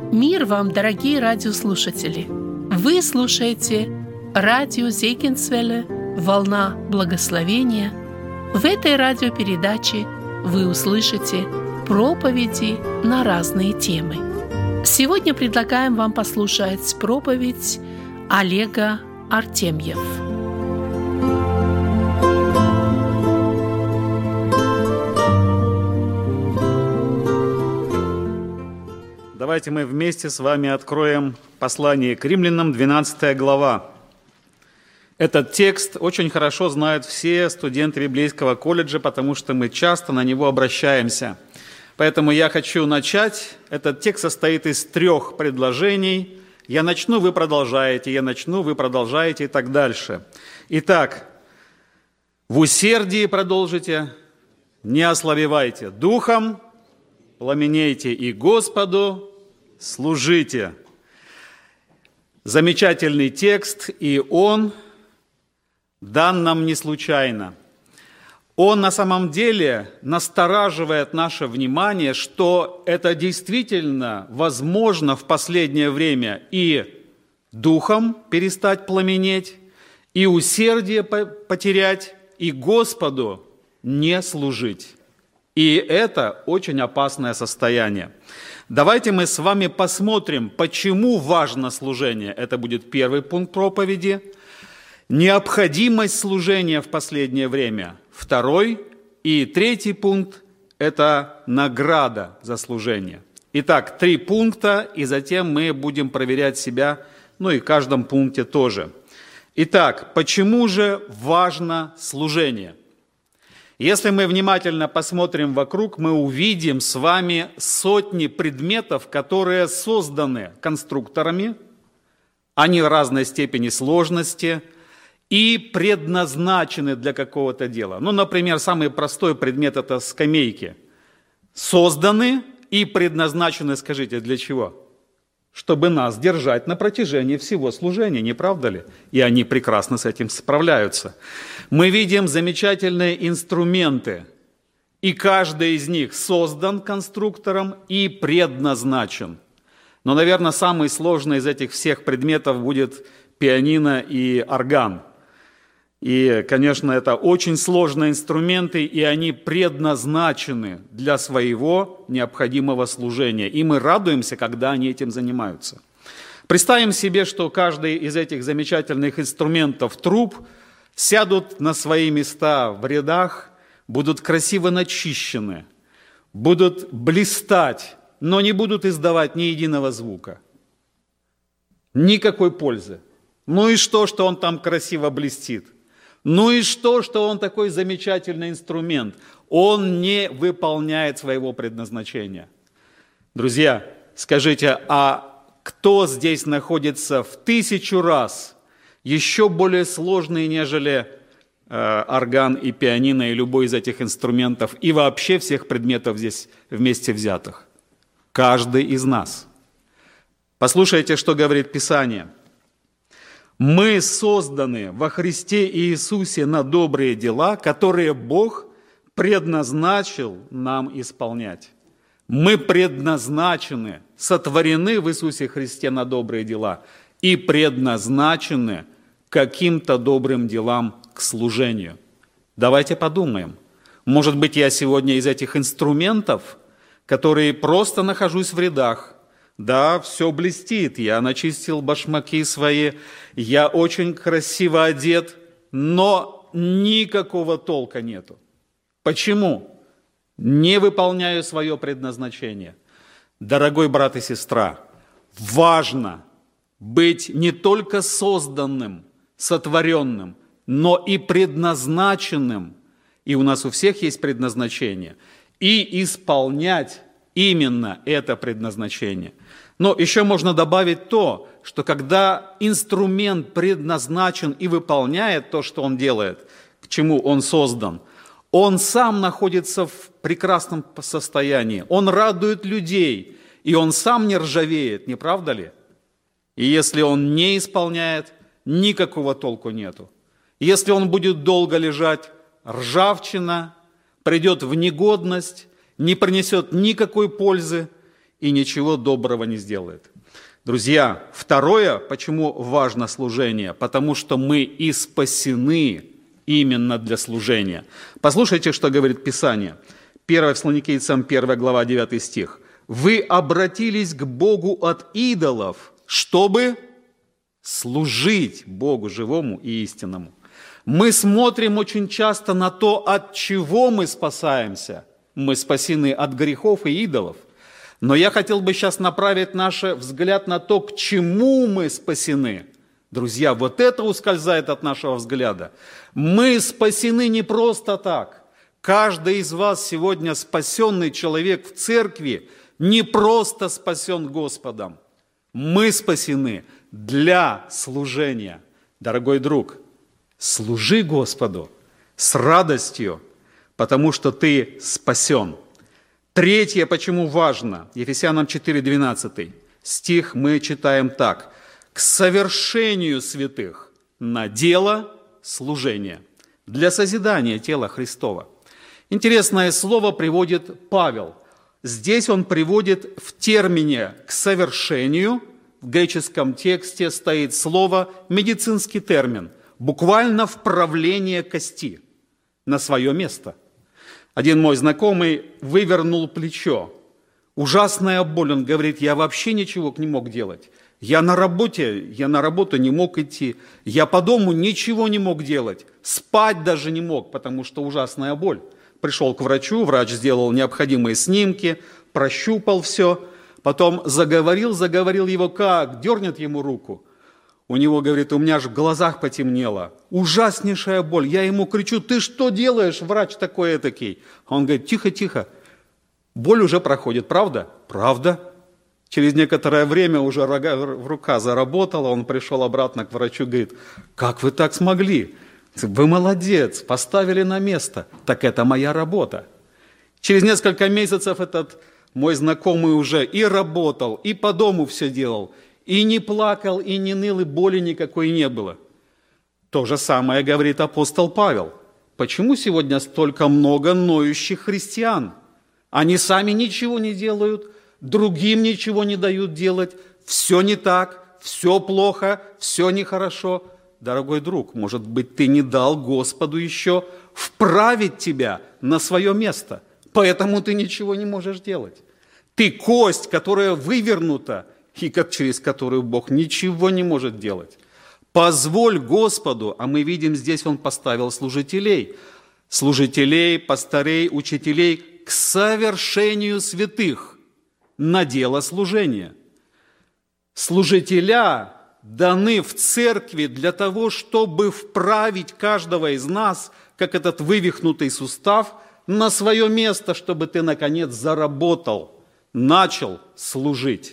Мир вам, дорогие радиослушатели! Вы слушаете радио Зегенсвелле «Волна благословения». В этой радиопередаче вы услышите проповеди на разные темы. Сегодня предлагаем вам послушать проповедь Олега Артемьев. Давайте мы вместе с вами откроем послание к Римлянам, 12 глава. Этот текст очень хорошо знают все студенты библейского колледжа, потому что мы часто на него обращаемся. Поэтому я хочу начать. Этот текст состоит из 3 предложений. Я начну, вы продолжаете, я начну, вы продолжаете и так дальше. Итак, в усердии продолжите, не ослабевайте духом, пламенейте и Господу служите. Замечательный текст, и он дан нам не случайно. Он на самом деле настораживает наше внимание, что это действительно возможно в последнее время и духом перестать пламенеть, и усердие потерять, и Господу не служить. И это очень опасное состояние. Давайте мы с вами посмотрим, почему важно служение. Это будет первый пункт проповеди. Необходимость служения в последнее время. Второй и третий пункт – это награда за служение. Итак, 3 пункта, и затем мы будем проверять себя, и в каждом пункте тоже. Итак, почему же важно служение? Если мы внимательно посмотрим вокруг, мы увидим с вами сотни предметов, которые созданы конструкторами, они в разной степени сложности и предназначены для какого-то дела. Например, самый простой предмет – это скамейки. Созданы и предназначены, скажите, для чего? Чтобы нас держать на протяжении всего служения, не правда ли? И они прекрасно с этим справляются. Мы видим замечательные инструменты, и каждый из них создан конструктором и предназначен. Но, наверное, самый сложный из этих всех предметов будет пианино и орган. И, конечно, это очень сложные инструменты, и они предназначены для своего необходимого служения. И мы радуемся, когда они этим занимаются. Представим себе, что каждый из этих замечательных инструментов труб сядут на свои места в рядах, будут красиво начищены, будут блистать, но не будут издавать ни единого звука. Никакой пользы. И что он там красиво блестит? И что он такой замечательный инструмент? Он не выполняет своего предназначения. Друзья, скажите, а кто здесь находится в 1000 раз еще более сложный, нежели орган и пианино, и любой из этих инструментов, и вообще всех предметов здесь вместе взятых? Каждый из нас. Послушайте, что говорит Писание. Мы созданы во Христе Иисусе на добрые дела, которые Бог предназначил нам исполнять. Мы предназначены, сотворены в Иисусе Христе на добрые дела и предназначены каким-то добрым делам к служению. Давайте подумаем. Может быть, я сегодня из этих инструментов, которые просто нахожусь в рядах, да, все блестит, я начистил башмаки свои, я очень красиво одет, но никакого толка нету. Почему? Не выполняю свое предназначение. Дорогой брат и сестра, важно быть не только созданным, сотворенным, но и предназначенным, и у нас у всех есть предназначение, и исполнять именно это предназначение. Но еще можно добавить то, что когда инструмент предназначен и выполняет то, что он делает, к чему он создан, он сам находится в прекрасном состоянии, он радует людей, и он сам не ржавеет, не правда ли? И если он не исполняет, никакого толку нету. Если он будет долго лежать, ржавчина придет в негодность, не принесет никакой пользы, и ничего доброго не сделает. Друзья, второе, почему важно служение? Потому что мы и спасены именно для служения. Послушайте, что говорит Писание. 1 Фессалоникийцам 1 глава 9 стих. «Вы обратились к Богу от идолов, чтобы служить Богу живому и истинному». Мы смотрим очень часто на то, от чего мы спасаемся. Мы спасены от грехов и идолов. Но я хотел бы сейчас направить наш взгляд на то, к чему мы спасены. Друзья, вот это ускользает от нашего взгляда. Мы спасены не просто так. Каждый из вас сегодня спасенный человек в церкви не просто спасен Господом. Мы спасены для служения. Дорогой друг, служи Господу с радостью, потому что ты спасен. Третье, почему важно, Ефесянам 4:12 стих мы читаем так. «К совершению святых на дело служения, для созидания тела Христова». Интересное слово приводит Павел. Здесь он приводит в термине «к совершению». В греческом тексте стоит слово, медицинский термин, буквально вправление кости на свое место. Один мой знакомый вывернул плечо. Ужасная боль. Он говорит, я вообще ничего не мог делать. Я на работу не мог идти. Я по дому ничего не мог делать. Спать даже не мог, потому что ужасная боль. Пришел к врачу, врач сделал необходимые снимки, прощупал все. Потом заговорил его как? Дернет ему руку. У него, говорит, у меня аж в глазах потемнело. Ужаснейшая боль. Я ему кричу, ты что делаешь, врач такой этакий? Он говорит, тихо. Боль уже проходит, правда? Правда. Через некоторое время уже рука заработала, он пришел обратно к врачу, говорит, как вы так смогли? Вы молодец, поставили на место. Так это моя работа. Через несколько месяцев этот мой знакомый уже и работал, и по дому все делал. И не плакал, и не ныл, и боли никакой не было. То же самое говорит апостол Павел. Почему сегодня столько много ноющих христиан? Они сами ничего не делают, другим ничего не дают делать. Все не так, все плохо, все нехорошо. Дорогой друг, может быть, ты не дал Господу еще вправить тебя на свое место, поэтому ты ничего не можешь делать. Ты кость, которая вывернута, и через которую Бог ничего не может делать. Позволь Господу, а мы видим здесь, Он поставил служителей, пастырей, учителей к совершению святых на дело служения. Служителя даны в церкви для того, чтобы вправить каждого из нас, как этот вывихнутый сустав, на свое место, чтобы ты, наконец, заработал, начал служить.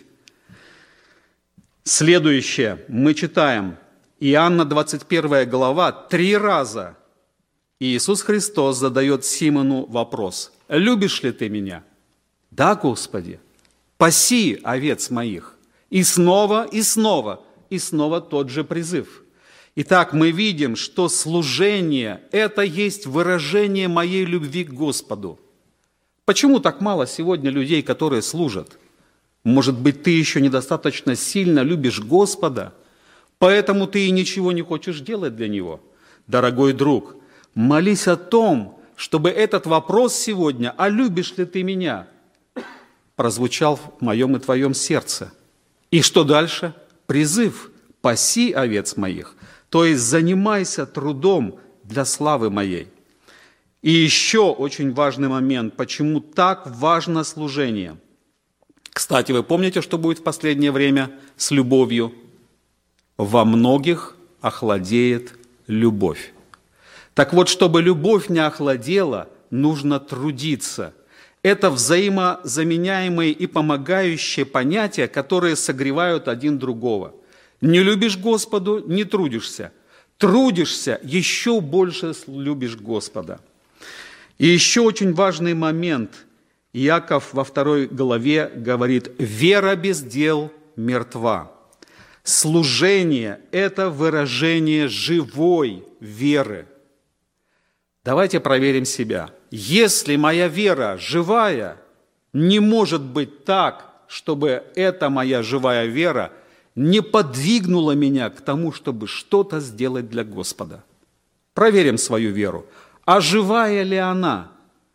Следующее, мы читаем, Иоанна 21 глава, 3 раза Иисус Христос задает Симону вопрос, «Любишь ли ты меня?» «Да, Господи, паси овец моих». И снова, и снова, и снова тот же призыв. Итак, мы видим, что служение – это есть выражение моей любви к Господу. Почему так мало сегодня людей, которые служат? Может быть, ты еще недостаточно сильно любишь Господа, поэтому ты и ничего не хочешь делать для Него. Дорогой друг, молись о том, чтобы этот вопрос сегодня, а любишь ли ты меня, прозвучал в моем и твоем сердце. И что дальше? Призыв «паси овец моих», то есть занимайся трудом для славы моей. И еще очень важный момент, почему так важно служение. Кстати, вы помните, что будет в последнее время с любовью? Во многих охладеет любовь. Так вот, чтобы любовь не охладела, нужно трудиться. Это взаимозаменяемые и помогающие понятия, которые согревают один другого. Не любишь Господу – не трудишься. Трудишься – еще больше любишь Господа. И еще очень важный момент. Иаков во 2 главе говорит, «Вера без дел мертва». Служение – это выражение живой веры. Давайте проверим себя. Если моя вера живая, не может быть так, чтобы эта моя живая вера не подвигнула меня к тому, чтобы что-то сделать для Господа. Проверим свою веру. А живая ли она?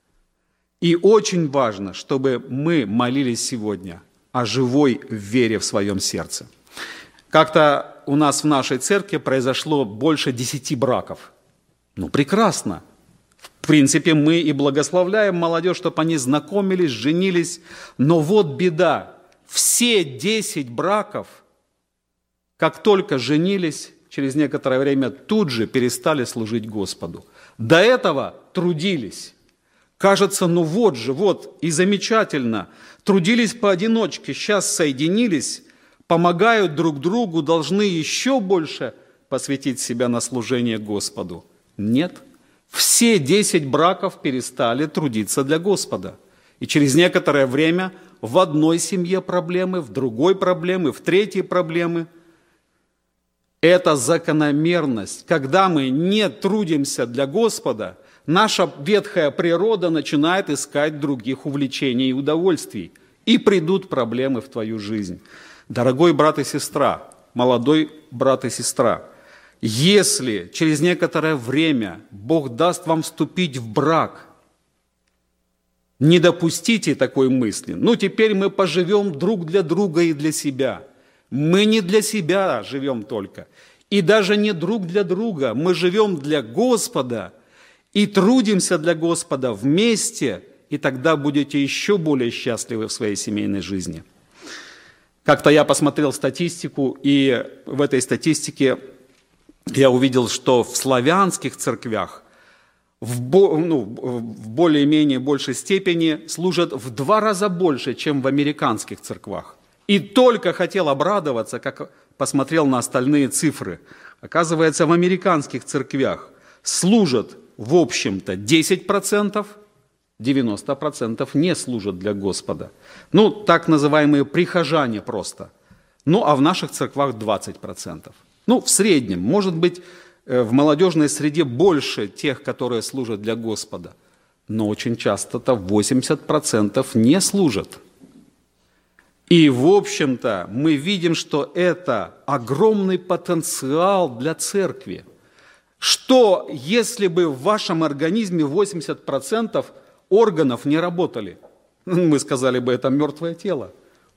И очень важно, чтобы мы молились сегодня о живой вере в своем сердце. Как-то у нас в нашей церкви произошло больше 10 браков. Прекрасно. В принципе, мы и благословляем молодежь, чтобы они знакомились, женились. Но вот беда. Все 10 браков, как только женились, через некоторое время тут же перестали служить Господу. До этого трудились. Кажется, вот и замечательно. Трудились поодиночке, сейчас соединились, помогают друг другу, должны еще больше посвятить себя на служение Господу. Нет. Все 10 браков перестали трудиться для Господа. И через некоторое время в одной семье проблемы, в другой проблемы, в третьей проблемы. Это закономерность. Когда мы не трудимся для Господа, наша ветхая природа начинает искать других увлечений и удовольствий. И придут проблемы в твою жизнь. Дорогой брат и сестра, молодой брат и сестра, если через некоторое время Бог даст вам вступить в брак, не допустите такой мысли. Теперь мы поживем друг для друга и для себя. Мы не для себя живем только. И даже не друг для друга. Мы живем для Господа и трудимся для Господа вместе, и тогда будете еще более счастливы в своей семейной жизни. Как-то я посмотрел статистику, и в этой статистике я увидел, что в славянских церквях в более-менее большей степени служат в 2 раза больше, чем в американских церквах. И только хотел обрадоваться, как посмотрел на остальные цифры. Оказывается, в американских церквях служат, в общем-то, 10%, 90% не служат для Господа. Так называемые прихожане просто. А в наших церквах 20%. В среднем, может быть, в молодежной среде больше тех, которые служат для Господа. Но очень часто-то 80% не служат. И, в общем-то, мы видим, что это огромный потенциал для церкви. Что, если бы в вашем организме 80% органов не работали? Мы сказали бы, это мертвое тело.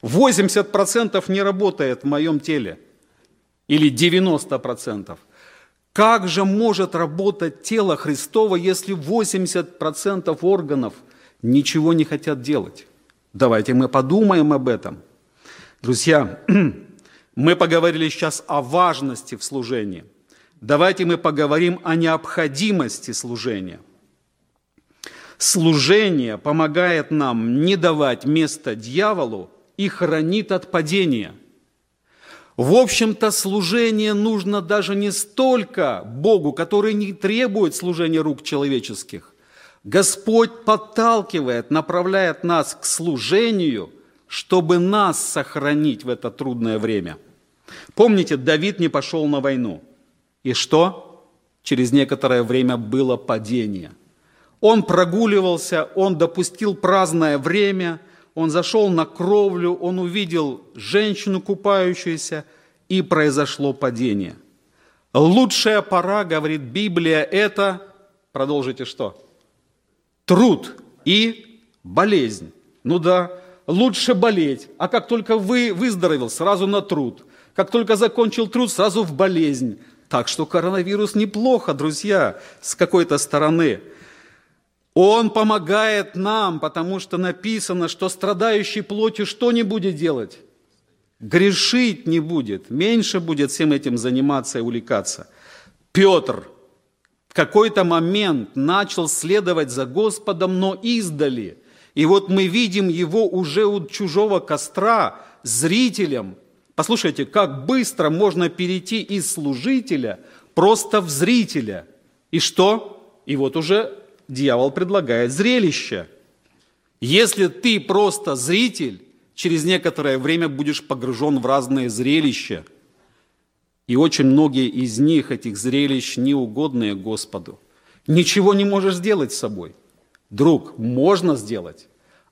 80% не работает в моем теле. Или 90%. Как же может работать тело Христово, если 80% органов ничего не хотят делать? Давайте мы подумаем об этом. Друзья, мы поговорили сейчас о важности в служении. Давайте мы поговорим о необходимости служения. Служение помогает нам не давать место дьяволу и хранит от падения. В общем-то, служение нужно даже не столько Богу, который не требует служения рук человеческих. Господь подталкивает, направляет нас к служению, чтобы нас сохранить в это трудное время. Помните, Давид не пошел на войну. И что? Через некоторое время было падение. Он прогуливался, он допустил праздное время, он зашел на кровлю, он увидел женщину купающуюся, и произошло падение. Лучшая пора, говорит Библия, это, продолжите что? Труд и болезнь. Лучше болеть, а как только выздоровел, сразу на труд. Как только закончил труд, сразу в болезнь. Так что коронавирус неплохо, друзья, с какой-то стороны. Он помогает нам, потому что написано, что страдающий плотью что не будет делать? Грешить не будет, меньше будет всем этим заниматься и увлекаться. Петр в какой-то момент начал следовать за Господом, но издали. И вот мы видим его уже у чужого костра, зрителем. Послушайте, как быстро можно перейти из служителя просто в зрителя. И что? И вот уже дьявол предлагает зрелище. Если ты просто зритель, через некоторое время будешь погружен в разные зрелища. И очень многие из них, этих зрелищ, неугодные Господу. Ничего не можешь сделать с собой. Друг, можно сделать.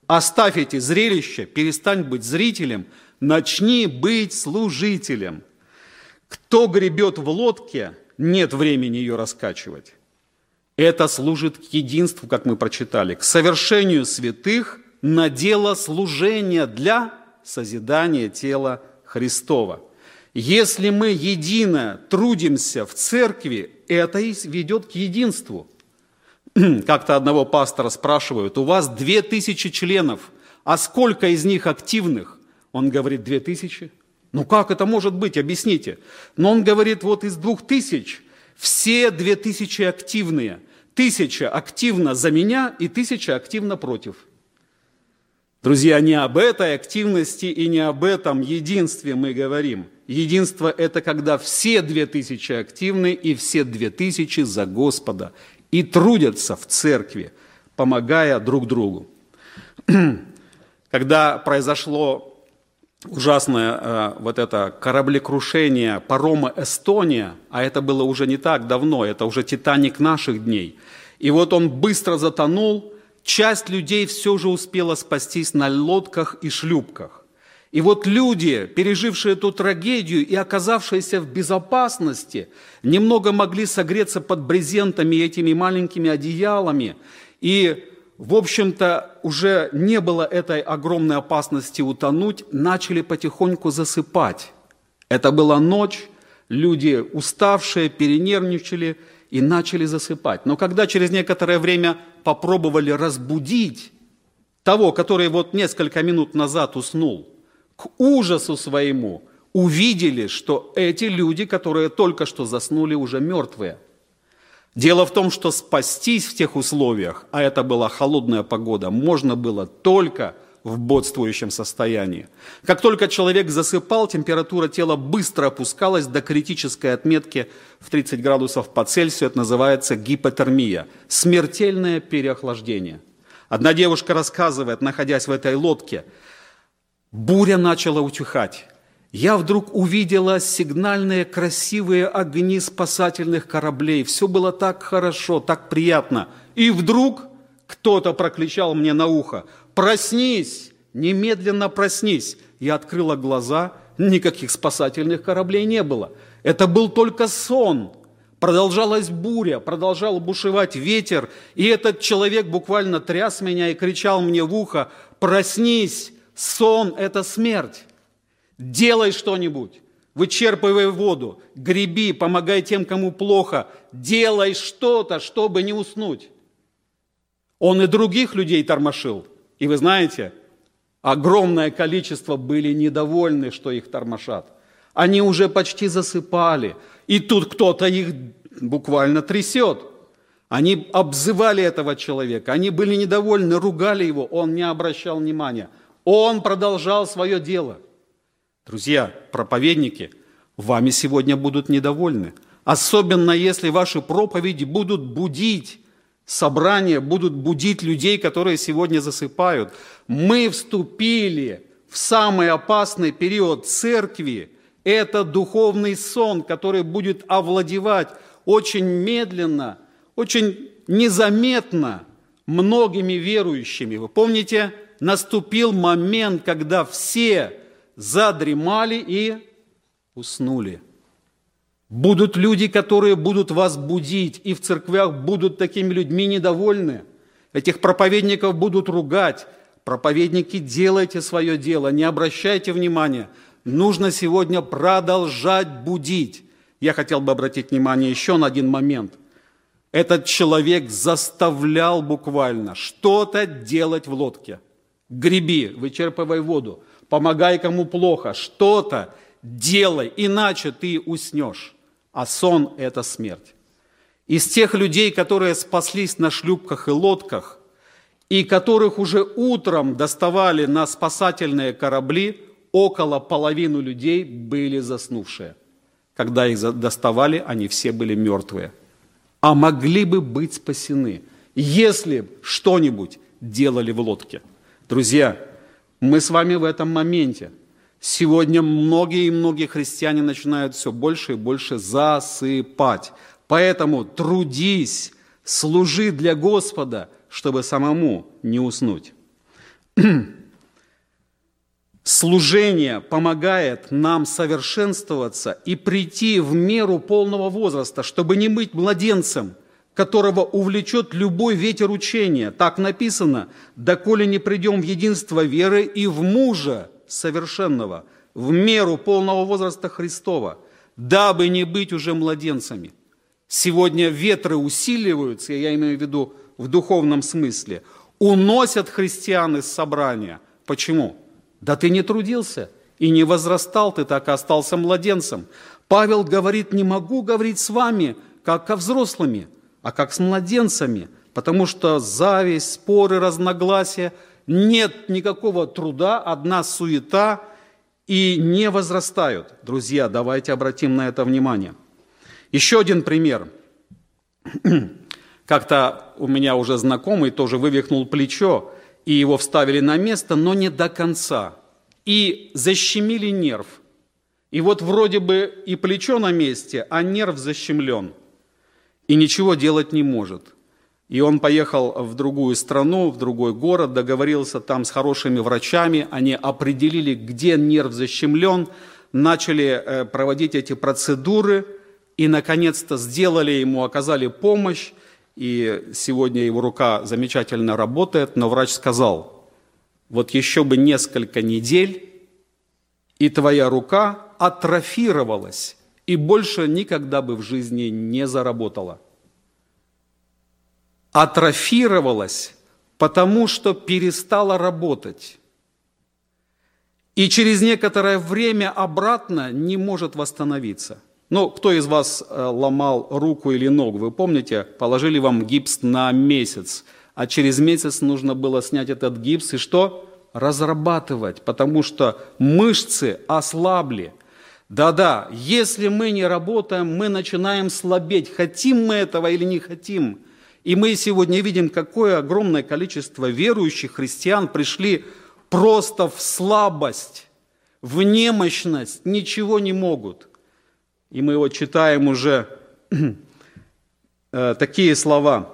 Оставь эти зрелища, перестань быть зрителем, начни быть служителем. Кто гребет в лодке, нет времени ее раскачивать. Это служит к единству, как мы прочитали, к совершению святых на дело служения для созидания тела Христова. Если мы едино трудимся в церкви, это и ведет к единству. Как-то одного пастора спрашивают: у вас 2000 членов, а сколько из них активных? Он говорит: 2000. Ну как это может быть? Объясните. Но он говорит: вот из 2000 все 2000 активные. 1000 активно за меня и 1000 активно против. Друзья, не об этой активности и не об этом единстве мы говорим. Единство – это когда все 2000 активны и все 2000 за Господа и трудятся в церкви, помогая друг другу. Когда произошло ужасное вот это кораблекрушение парома «Эстония», а это было уже не так давно, это уже «Титаник» наших дней, и вот он быстро затонул, часть людей все же успела спастись на лодках и шлюпках. И вот люди, пережившие эту трагедию и оказавшиеся в безопасности, немного могли согреться под брезентами, этими маленькими одеялами. И, в общем-то, уже не было этой огромной опасности утонуть, начали потихоньку засыпать. Это была ночь, люди уставшие, перенервничали и начали засыпать. Но когда через некоторое время попробовали разбудить того, который вот несколько минут назад уснул, к ужасу своему увидели, что эти люди, которые только что заснули, уже мертвые. Дело в том, что спастись в тех условиях, а это была холодная погода, можно было только в бодствующем состоянии. Как только человек засыпал, температура тела быстро опускалась до критической отметки в 30 градусов по Цельсию. Это называется гипотермия, смертельное переохлаждение. Одна девушка рассказывает, находясь в этой лодке, буря начала утихать. Я вдруг увидела сигнальные красивые огни спасательных кораблей. Все было так хорошо, так приятно. И вдруг кто-то прокричал мне на ухо: «Проснись! Немедленно проснись!» Я открыла глаза, никаких спасательных кораблей не было. Это был только сон. Продолжалась буря, продолжал бушевать ветер, и этот человек буквально тряс меня и кричал мне в ухо: «Проснись! Сон – это смерть! Делай что-нибудь! Вычерпывай воду, греби, помогай тем, кому плохо, делай что-то, чтобы не уснуть!» Он и других людей тормошил. И вы знаете, огромное количество были недовольны, что их тормошат. Они уже почти засыпали, и тут кто-то их буквально трясет. Они обзывали этого человека, они были недовольны, ругали его, он не обращал внимания. Он продолжал свое дело. Друзья, проповедники, вами сегодня будут недовольны. Особенно, если ваши проповеди будут будить собрания, будут будить людей, которые сегодня засыпают. Мы вступили в самый опасный период церкви. Это духовный сон, который будет овладевать очень медленно, очень незаметно многими верующими. Вы помните, наступил момент, когда все задремали и уснули. Будут люди, которые будут вас будить, и в церквях будут такими людьми недовольны. Этих проповедников будут ругать. Проповедники, делайте свое дело, не обращайте внимания. Нужно сегодня продолжать будить. Я хотел бы обратить внимание еще на один момент. Этот человек заставлял буквально что-то делать в лодке. Греби, вычерпывай воду, помогай кому плохо, что-то делай, иначе ты уснешь. А сон – это смерть. Из тех людей, которые спаслись на шлюпках и лодках, и которых уже утром доставали на спасательные корабли, около половины людей были заснувшие. Когда их доставали, они все были мертвые. А могли бы быть спасены, если что-нибудь делали в лодке. Друзья, мы с вами в этом моменте. Сегодня многие и многие христиане начинают все больше и больше засыпать. Поэтому трудись, служи для Господа, чтобы самому не уснуть. Служение помогает нам совершенствоваться и прийти в меру полного возраста, чтобы не быть младенцем, которого увлечет любой ветер учения. Так написано: «Доколе не придем в единство веры и в мужа совершенного, в меру полного возраста Христова, дабы не быть уже младенцами». Сегодня ветры усиливаются, я имею в виду в духовном смысле, уносят христиан из собрания. Почему? Да ты не трудился и не возрастал, ты так и остался младенцем. Павел говорит: не могу говорить с вами, как ко взрослыми, а как с младенцами, потому что зависть, споры, разногласия, нет никакого труда, одна суета, и не возрастают. Друзья, давайте обратим на это внимание. Еще один пример. Как-то у меня уже знакомый тоже вывихнул плечо, и его вставили на место, но не до конца. И защемили нерв. И вот вроде бы и плечо на месте, а нерв защемлен. И ничего делать не может. И он поехал в другую страну, в другой город, договорился там с хорошими врачами, они определили, где нерв защемлен, начали проводить эти процедуры, и, наконец-то, сделали ему, оказали помощь, и сегодня его рука замечательно работает, но врач сказал: вот еще бы несколько недель, и твоя рука атрофировалась, и больше никогда бы в жизни не заработала. Атрофировалась, потому что перестала работать. И через некоторое время обратно не может восстановиться. Ну, кто из вас ломал руку или ногу? Вы помните, положили вам гипс на месяц, а через месяц нужно было снять этот гипс и что? Разрабатывать, потому что мышцы ослабли. Да-да, если мы не работаем, мы начинаем слабеть, хотим мы этого или не хотим. И мы сегодня видим, какое огромное количество верующих христиан пришли просто в слабость, в немощность, ничего не могут. И мы вот читаем уже такие слова,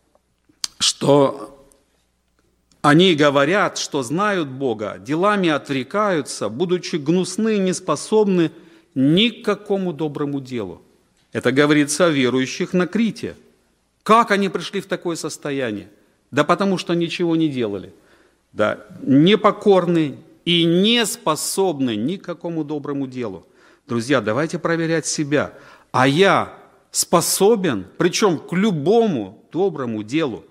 что они говорят, что знают Бога, делами отрекаются, будучи гнусны и неспособны ни к какому доброму делу. Это говорится о верующих на Крите. Как они пришли в такое состояние? Да потому что ничего не делали. Да, непокорны и не способны ни к какому доброму делу. Друзья, давайте проверять себя. А я способен, причем к любому доброму делу.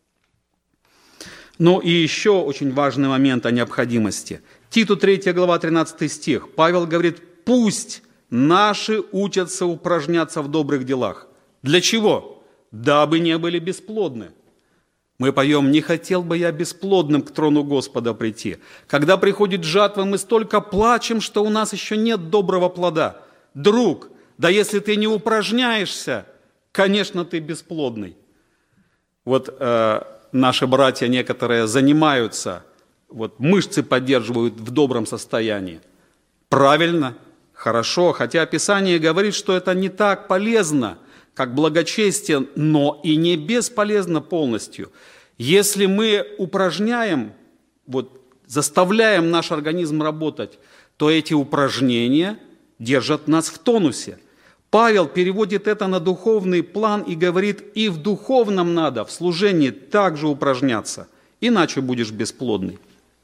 Ну и еще очень важный момент о необходимости. Титу 3 глава 13 стих. Павел говорит: пусть наши учатся упражняться в добрых делах. Для чего? Дабы не были бесплодны. Мы поем: не хотел бы я бесплодным к трону Господа прийти. Когда приходит жатва, мы столько плачем, что у нас еще нет доброго плода. Друг, да если ты не упражняешься, конечно, ты бесплодный. Вот наши братья некоторые занимаются, вот мышцы поддерживают в добром состоянии. Правильно, хорошо, хотя Писание говорит, что это не так полезно, как благочестие, но и не бесполезно полностью. Если мы упражняем, вот, заставляем наш организм работать, то эти упражнения держат нас в тонусе. Павел переводит это на духовный план и говорит: и в духовном надо, в служении также упражняться, иначе будешь бесплодный.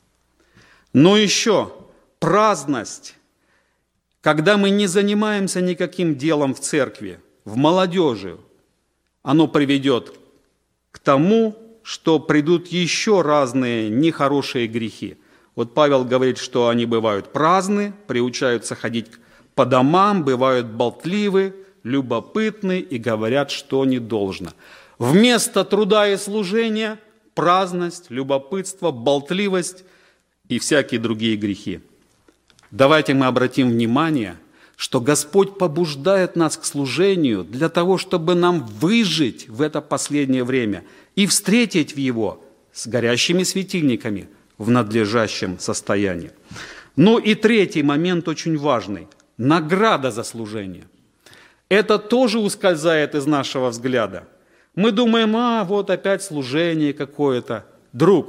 Но еще праздность, когда мы не занимаемся никаким делом в церкви, в молодежи, оно приведет к тому, что придут еще разные нехорошие грехи. Вот Павел говорит, что они бывают праздны, приучаются ходить по домам, бывают болтливы, любопытны и говорят, что не должно. Вместо труда и служения – праздность, любопытство, болтливость и всякие другие грехи. Давайте мы обратим внимание, что Господь побуждает нас к служению для того, чтобы нам выжить в это последнее время и встретить Его с горящими светильниками в надлежащем состоянии. Ну и третий момент очень важный – награда за служение. Это тоже ускользает из нашего взгляда. Мы думаем: вот опять служение какое-то. Друг,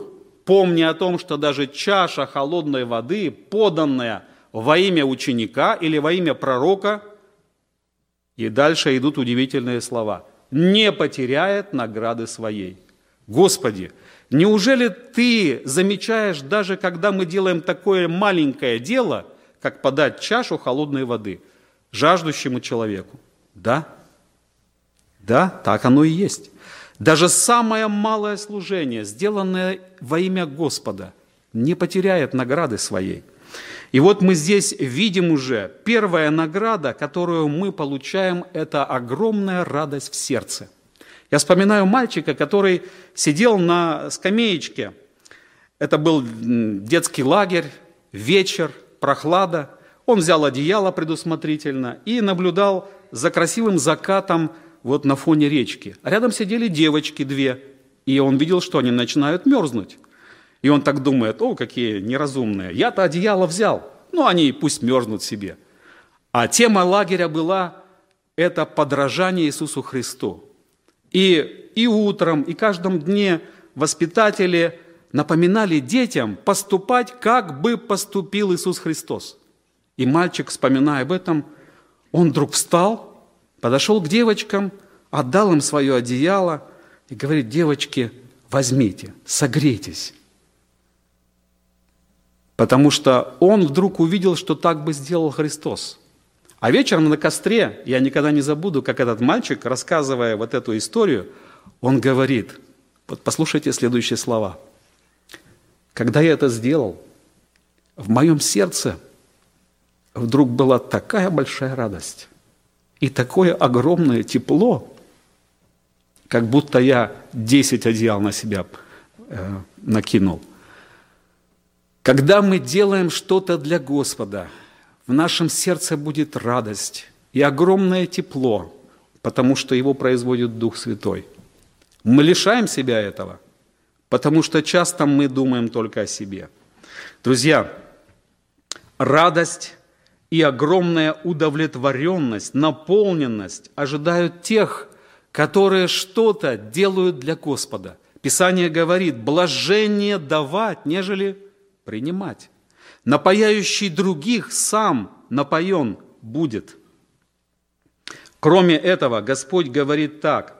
помни о том, что даже чаша холодной воды, поданная во имя ученика или во имя пророка, и дальше идут удивительные слова, не потеряет награды своей. Господи, неужели Ты замечаешь, даже когда мы делаем такое маленькое дело, как подать чашу холодной воды жаждущему человеку? Да, так оно и есть. Даже самое малое служение, сделанное во имя Господа, не потеряет награды своей. И вот мы здесь видим уже, первая награда, которую мы получаем, это огромная радость в сердце. Я вспоминаю мальчика, который сидел на скамеечке. Это был детский лагерь, вечер, прохлада. Он взял одеяло предусмотрительно и наблюдал за красивым закатом вот на фоне речки. А рядом сидели девочки две, и он видел, что они начинают мерзнуть. И он так думает, какие неразумные, я-то одеяло взял, они пусть мерзнут себе. А тема лагеря была это подражание Иисусу Христу. И утром, и каждом дне воспитатели напоминали детям поступать, как бы поступил Иисус Христос. И мальчик, вспоминая об этом, он вдруг встал, подошел к девочкам, отдал им свое одеяло и говорит: девочки, возьмите, согрейтесь. Потому что он вдруг увидел, что так бы сделал Христос. А вечером на костре, я никогда не забуду, как этот мальчик, рассказывая вот эту историю, он говорит, вот послушайте следующие слова. Когда я это сделал, в моем сердце вдруг была такая большая радость и такое огромное тепло, как будто я 10 одеял на себя накинул. Когда мы делаем что-то для Господа, в нашем сердце будет радость и огромное тепло, потому что его производит Дух Святой. Мы лишаем себя этого, потому что часто мы думаем только о себе. Друзья, радость и огромная удовлетворенность, наполненность ожидают тех, которые что-то делают для Господа. Писание говорит: блажение давать, нежели принимать. Напояющий других сам напоен будет. Кроме этого, Господь говорит так,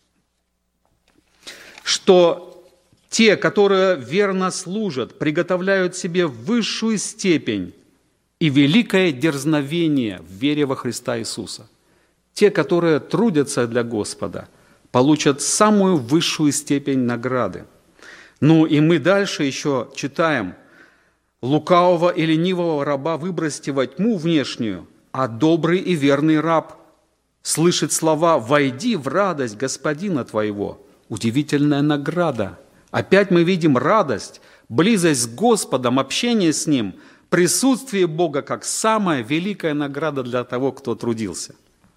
что те, которые верно служат, приготовляют себе высшую степень и великое дерзновение в вере во Христа Иисуса. Те, которые трудятся для Господа, получат самую высшую степень награды. И мы дальше еще читаем: лукавого и ленивого раба выбросьте во тьму внешнюю, а добрый и верный раб слышит слова: «Войди в радость Господина твоего». Удивительная награда. Опять мы видим радость, близость с Господом, общение с Ним, присутствие Бога как самая великая награда для того, кто трудился.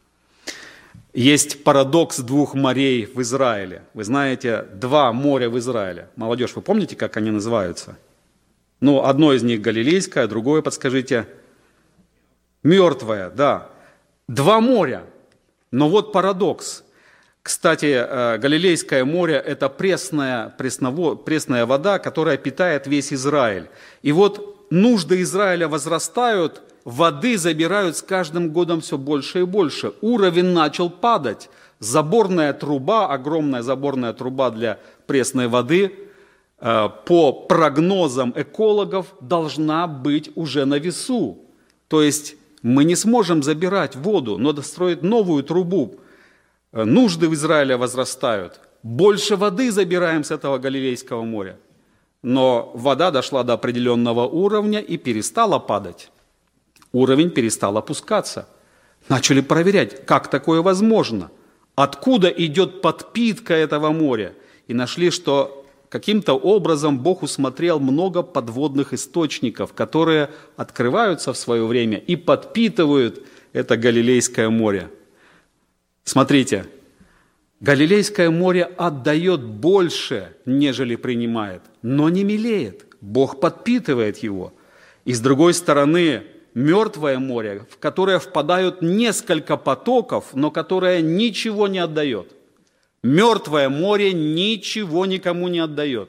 Есть парадокс двух морей в Израиле. Вы знаете, 2 моря в Израиле. Молодежь, вы помните, как они называются? Одно из них Галилейское, другое, подскажите, Мертвое, да. 2 моря. Но вот парадокс. Кстати, Галилейское море – это пресная вода, которая питает весь Израиль. И вот нужды Израиля возрастают, воды забирают с каждым годом все больше и больше. Уровень начал падать. Заборная труба, огромная заборная труба для пресной воды, по прогнозам экологов, должна быть уже на весу. То есть мы не сможем забирать воду, надо строить новую трубу. Нужды в Израиле возрастают. Больше воды забираем с этого Галилейского моря. Но вода дошла до определенного уровня и перестала падать. Уровень перестал опускаться. Начали проверять, как такое возможно. Откуда идет подпитка этого моря. И нашли, что каким-то образом Бог усмотрел много подводных источников, которые открываются в свое время и подпитывают это Галилейское море. Смотрите, Галилейское море отдает больше, нежели принимает, но не мелеет. Бог подпитывает его. И с другой стороны, Мертвое море, в которое впадают несколько потоков, но которое ничего не отдает. Мертвое море ничего никому не отдает.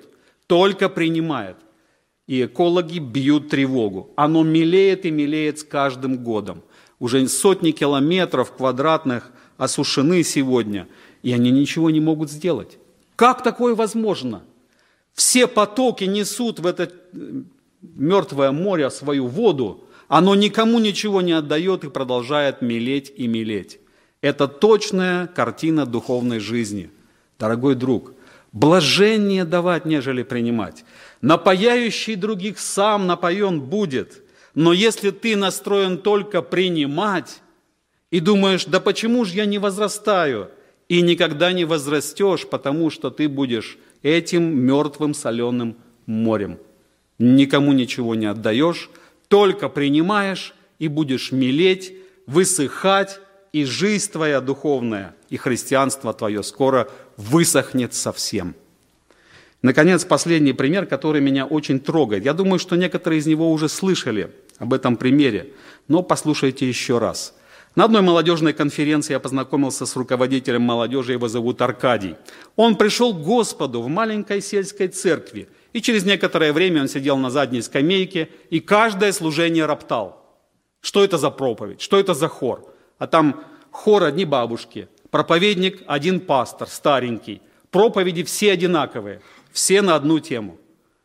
только принимает. И экологи бьют тревогу. Оно мелеет и мелеет с каждым годом. Уже сотни километров квадратных осушены сегодня, и они ничего не могут сделать. Как такое возможно? Все потоки несут в это мертвое море свою воду, оно никому ничего не отдает и продолжает мелеть и мелеть. Это точная картина духовной жизни. Дорогой друг, блаженнее давать, нежели принимать. Напояющий других сам напоен будет. Но если ты настроен только принимать и думаешь, да почему же я не возрастаю? И никогда не возрастешь, потому что ты будешь этим мертвым соленым морем. Никому ничего не отдаешь, только принимаешь и будешь мелеть, высыхать, и жизнь твоя духовная, и христианство твое скоро высохнет совсем. Наконец, последний пример, который меня очень трогает. Я думаю, что некоторые из него уже слышали об этом примере, но послушайте еще раз. На одной молодежной конференции я познакомился с руководителем молодежи, его зовут Аркадий. Он пришел к Господу в маленькой сельской церкви, и через некоторое время он сидел на задней скамейке, и каждое служение роптал. Что это за проповедь? Что это за хор? А там хор одни бабушки, проповедник один пастор, старенький. Проповеди все одинаковые, все на одну тему.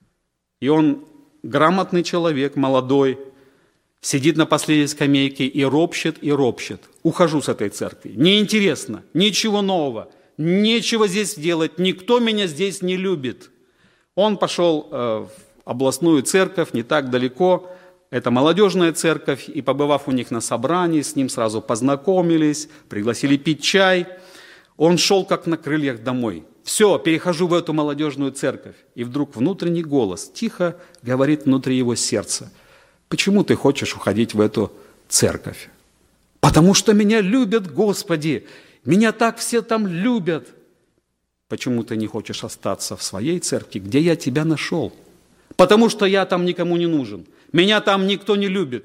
И он грамотный человек, молодой, сидит на последней скамейке и ропщет, и ропщет. Ухожу с этой церкви. Неинтересно, ничего нового, нечего здесь делать, никто меня здесь не любит. Он пошел в областную церковь, не так далеко. Это молодежная церковь, и побывав у них на собрании, с ним сразу познакомились, пригласили пить чай. Он шел как на крыльях домой. Все, перехожу в эту молодежную церковь. И вдруг внутренний голос тихо говорит внутри его сердца: почему ты хочешь уходить в эту церковь? Потому что меня любят, Господи, меня так все там любят. Почему ты не хочешь остаться в своей церкви, где я тебя нашел? Потому что я там никому не нужен. Меня там никто не любит.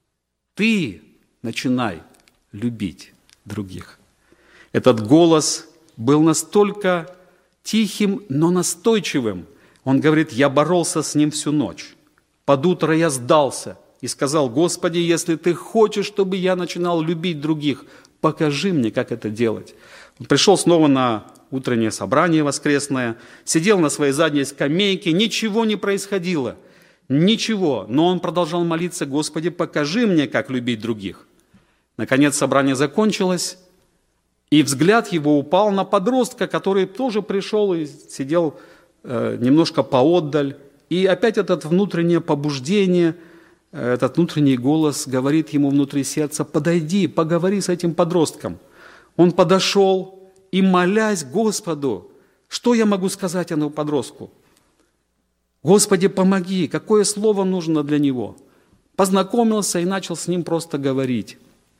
Ты начинай любить других. Этот голос был настолько тихим, но настойчивым. Он говорит: я боролся с ним всю ночь. Под утро я сдался и сказал: Господи, если ты хочешь, чтобы я начинал любить других, покажи мне, как это делать. Он пришел снова на утреннее собрание воскресное, сидел на своей задней скамейке, ничего не происходило. Ничего, но он продолжал молиться: Господи, покажи мне, как любить других. Наконец собрание закончилось, и взгляд его упал на подростка, который тоже пришел и сидел немножко поотдаль. И опять это внутреннее побуждение, этот внутренний голос говорит ему внутри сердца: подойди, поговори с этим подростком. Он подошел и, молясь Господу, что я могу сказать этому подростку? Господи, помоги, какое слово нужно для него? Познакомился и начал с ним просто говорить.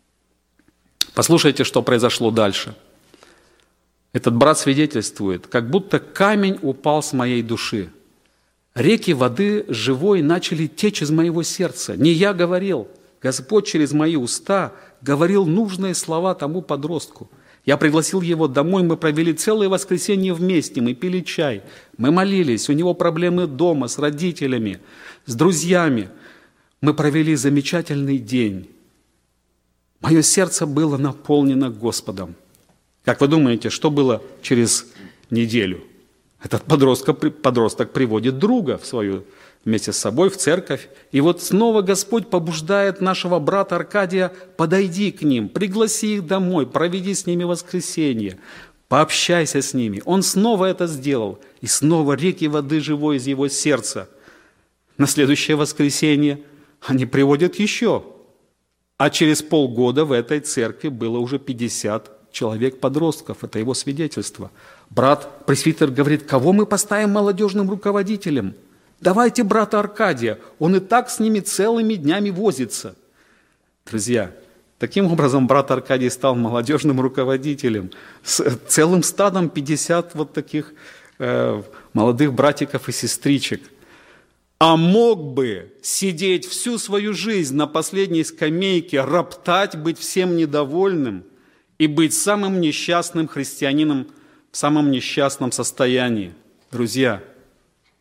Послушайте, что произошло дальше. Этот брат свидетельствует: как будто камень упал с моей души. Реки воды живой начали течь из моего сердца. Не я говорил, Господь через мои уста говорил нужные слова тому подростку. Я пригласил его домой, мы провели целое воскресенье вместе, мы пили чай, мы молились, у него проблемы дома, с родителями, с друзьями. Мы провели замечательный день. Мое сердце было наполнено Господом. Как вы думаете, что было через неделю? Этот подросток приводит друга вместе с собой в церковь. И вот снова Господь побуждает нашего брата Аркадия: подойди к ним, пригласи их домой, проведи с ними воскресенье, пообщайся с ними. Он снова это сделал, и снова реки воды живой из его сердца. На следующее воскресенье они приводят еще. А через полгода в этой церкви было уже 50 человек-подростков. Это его свидетельство. Брат-пресвитер говорит: кого мы поставим молодежным руководителем? Давайте брата Аркадия, он и так с ними целыми днями возится. Друзья, таким образом брат Аркадий стал молодежным руководителем с целым стадом 50 вот таких молодых братиков и сестричек. А мог бы сидеть всю свою жизнь на последней скамейке, роптать, быть всем недовольным и быть самым несчастным христианином в самом несчастном состоянии. Друзья,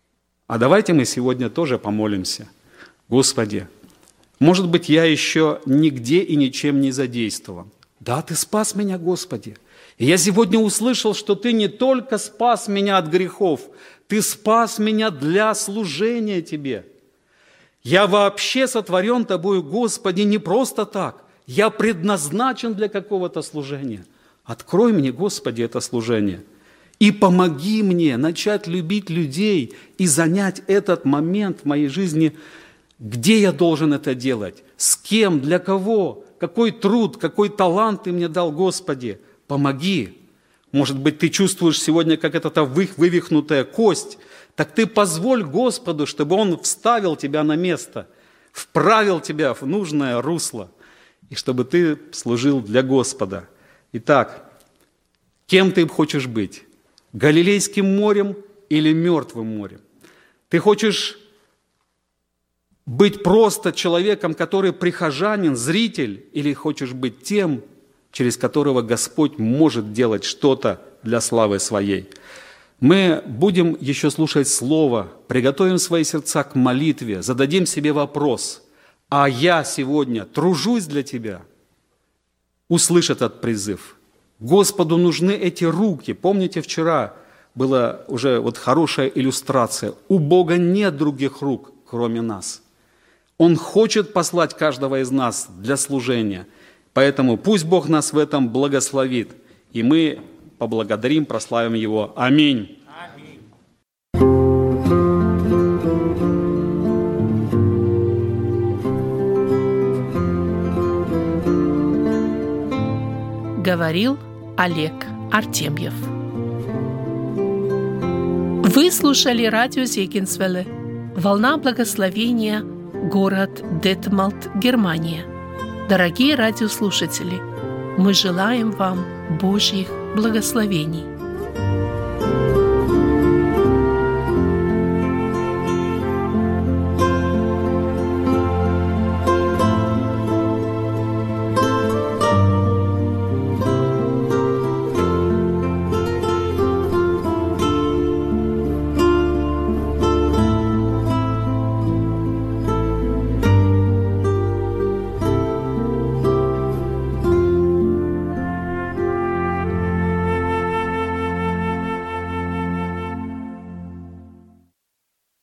А давайте мы сегодня тоже помолимся. Господи, может быть, я еще нигде и ничем не задействован. Да, Ты спас меня, Господи. И я сегодня услышал, что Ты не только спас меня от грехов, Ты спас меня для служения Тебе. Я вообще сотворен Тобою, Господи, не просто так. Я предназначен для какого-то служения. Открой мне, Господи, это служение. И помоги мне начать любить людей и занять этот момент в моей жизни, где я должен это делать, с кем, для кого, какой труд, какой талант Ты мне дал, Господи. Помоги. Может быть, ты чувствуешь сегодня, как это вывихнутая кость, так ты позволь Господу, чтобы Он вставил тебя на место, вправил тебя в нужное русло, и чтобы ты служил для Господа. Итак, кем ты хочешь быть? Галилейским морем или мертвым морем? Ты хочешь быть просто человеком, который прихожанин, зритель, или хочешь быть тем, через которого Господь может делать что-то для славы Своей? Мы будем еще слушать Слово, приготовим свои сердца к молитве, зададим себе вопрос: а я сегодня тружусь для Тебя? Услышь этот призыв. Господу нужны эти руки. Помните, вчера была уже хорошая иллюстрация. У Бога нет других рук, кроме нас. Он хочет послать каждого из нас для служения. Поэтому пусть Бог нас в этом благословит, и мы поблагодарим, прославим Его. Аминь. Говорил Олег Артемьев. Вы слушали радио Зегенсвелле «Волна благословения», город Детмалт, Германия. Дорогие радиослушатели, мы желаем вам Божьих благословений.